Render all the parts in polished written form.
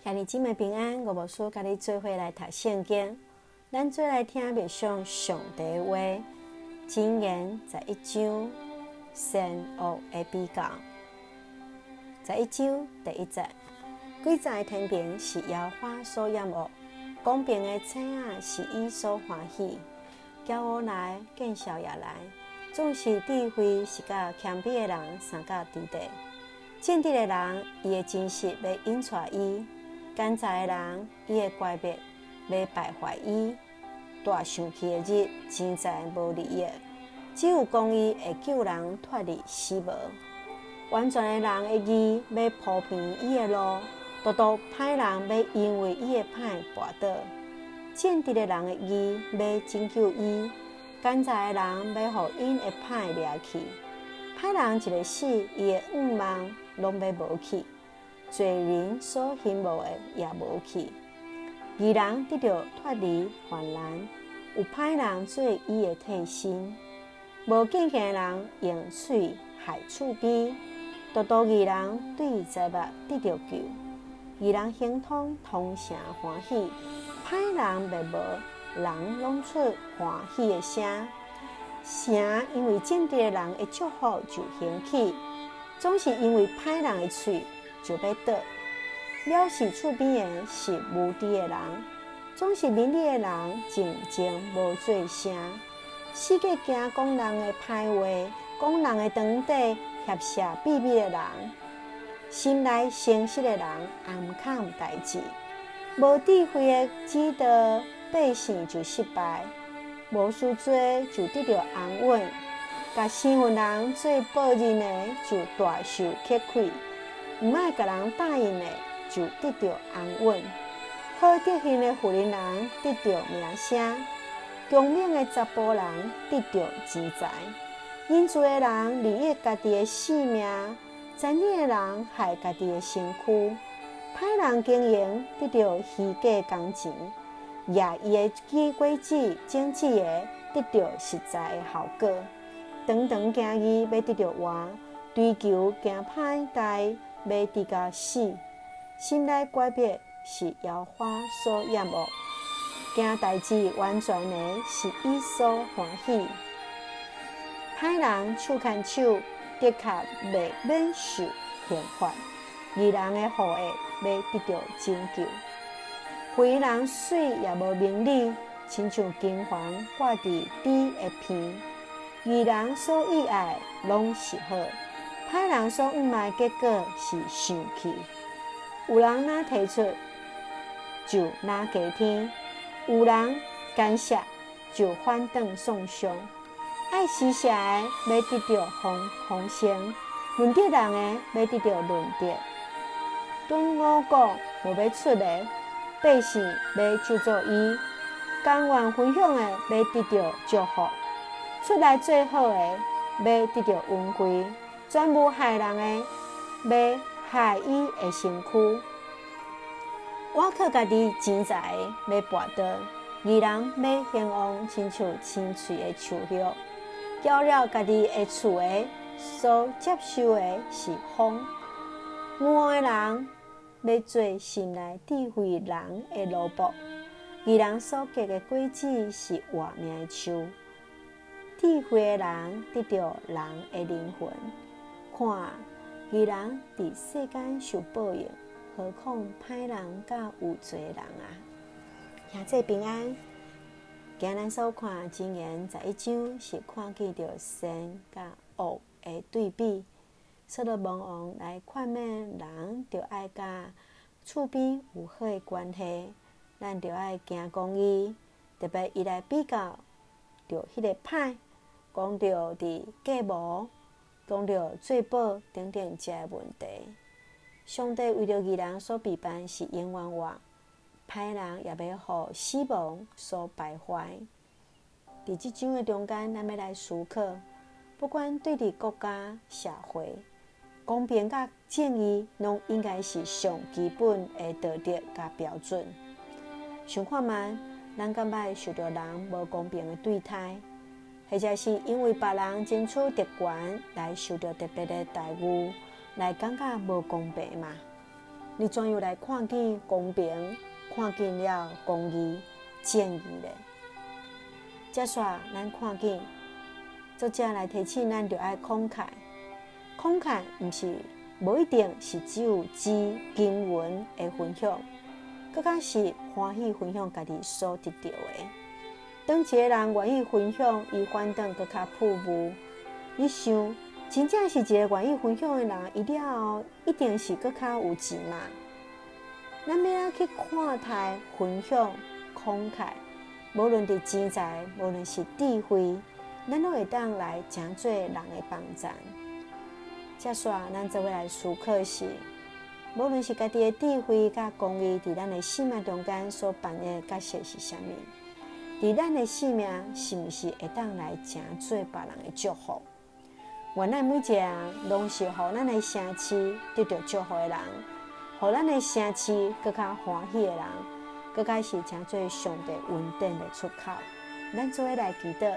兄弟姊妹平安，我无事，甲你做伙来读圣经。咱做来听默想上帝话。箴言11章善恶的比较。11章第1节：贵在天平是耶和华所仰慕，公平的秤仔是伊所欢喜。骄傲来，见笑也来，总是智慧是甲谦卑的人相较低地。正直的人，伊的真实要引出伊。奸诈的人，伊的乖僻要败坏伊。大生气的日，真在无利益。只有公义会救人脱离死亡。完全的人的义要铺平伊的路，独歹人要因为伊的歹绊倒。正直的人的义要拯救伊，奸诈的人要互因的歹掠去。歹人一个死，伊的愿望拢要无去。罪人所希望的也无去，义人得到脱离患难，有歹人做伊的替身。无敬虔的人用嘴害厝边，独义人对财物得到救。义人行通通城欢喜，歹人灭无，人拢出欢喜的声。城因为正直的人的祝福就兴起，总是因为歹人的嘴就要倒。藐视厝边的是无知的人，总是明理的人静静无做声。世界惊讲人的歹话，讲人的长底，挟摄秘密的人，心内诚实的人暗藏代志。无智慧的指导百姓就失败，无事做就得到安稳。甲生分人做报应的就大受吃亏。唔爱甲人答应的，就得到安稳。好德行的妇人人得到名声，聪明的查甫人得到钱财。认罪的人利益家己的性命，残忍的人害家己的身躯。歹人经营得到虚假工钱，亚伊的规矩正直的得到实在的效果。长长行义要得到活，追求行歹代。要直到死，心内乖僻是耶和华所仰慕，行代志完全的是伊所欢喜。歹人手牵手，的确未免受刑罚；义人的护卫要得到拯救。非人水也无明理，亲像金黄挂伫底的片。义人所喜爱拢是好。歹人所毋爱结果是生气。有人若提出，就若加天；有人干涉，就反转送上。爱施舍的要得到丰盛，论德人的要得到论德。顿五谷无要出的，百姓要救助伊；甘愿分享的要得到祝福，出来最好的要得到恩惠。全无害人的，要害伊的身躯。我靠家己钱财要跋倒，义人要兴旺，亲像青翠的树叶。交了家己的厝的，所接受的是风。愚的人要做心内智慧人的奴仆，义人所结的果子是活命的树。智慧的人得到人的灵魂。看，义人伫世间受报应，何况歹人甲有罪的人啊！兄弟平安。今日咱所看箴言11章是看见着善甲恶的对比。所罗门王来劝勉人，着爱甲厝边有好的关系，咱着爱行公义，特别伊来比较着迄个歹，讲着伫假冒。讲到罪报等等这个问题，上帝为着义人所备办是永远活，歹人也要互死亡所败坏。伫即章的中间，咱要来思考，不管对伫国家、社会，公平甲正义，拢应该是上基本的道德甲标准。想看觅，咱敢捌受到人无公平的对待？或者是因为别人争取特权来受到特别的待遇，来感觉无公平嘛？ 你怎样来看见公平，看见了公义、正义呢？接煞，咱看见作者来提醒咱，就爱慷慨。慷慨毋是无一定是只有资金文的分享，更加是欢喜分享家己所得到的。当一个人愿意分享，伊反倒更加富裕。你想，真正是一个愿意分享的人，伊了后一定是更加有钱嘛？咱要去看待分享、慷慨，无论伫钱财，无论是智慧，咱都会当来诚做人的帮助。接煞，咱做伙来思考是，无论是家己的智慧甲公义，伫咱的生命中间所扮演的角色是啥物？伫咱的生命是毋是会当来诚做别人的祝福？原来每一个人拢是互咱的城市得到祝福的人，互咱的城市更加欢喜的人，更加是诚做上帝稳定的出口。咱做伙来祈祷。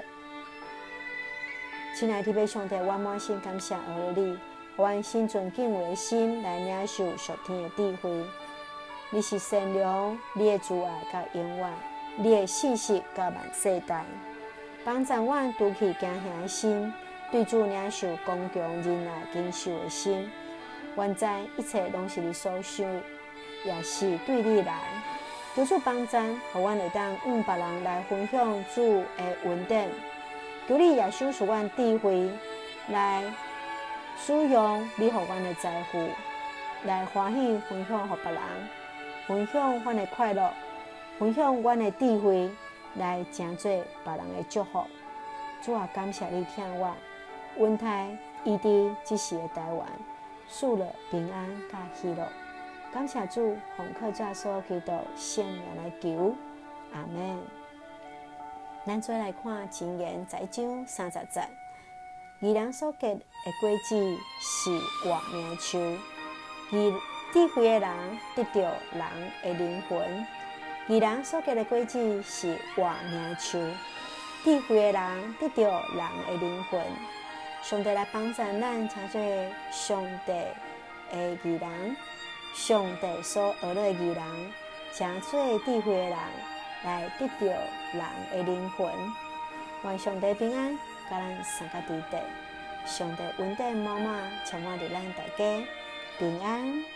亲爱的天父上帝，我满心感谢你，互阮心存敬畏的心来领受属天的智慧。你是善良，你的慈爱甲永远，你的信实甲万世代，帮助阮拄起惊吓的心，对主领受刚强仁爱坚守的心。愿知一切拢是你所想，也是对你来。求主帮助，互阮会当别人来分享主的恩典。求你也赏赐阮智慧，来使用你互阮的财富，来欢喜分享互别人，分享阮的快乐，分享阮的智慧，来诚做别人的祝福。主啊，感谢你听我，恩待医治这时的台湾，赐了平安甲喜乐。感谢主，奉靠主所祈祷圣名来求，阿门。咱再来看箴言11章30节，义人所结的果子是活命树，智慧的人得到人的灵魂。义人所结的果子是活命树，智慧的人得到人的灵魂。上帝来帮助咱，诚做上帝的义人，上帝所学的义人，诚做智慧的人，来得到人的灵魂。愿上帝平安，甲咱三个地地，上帝恩典满满，充满伫咱大家平安。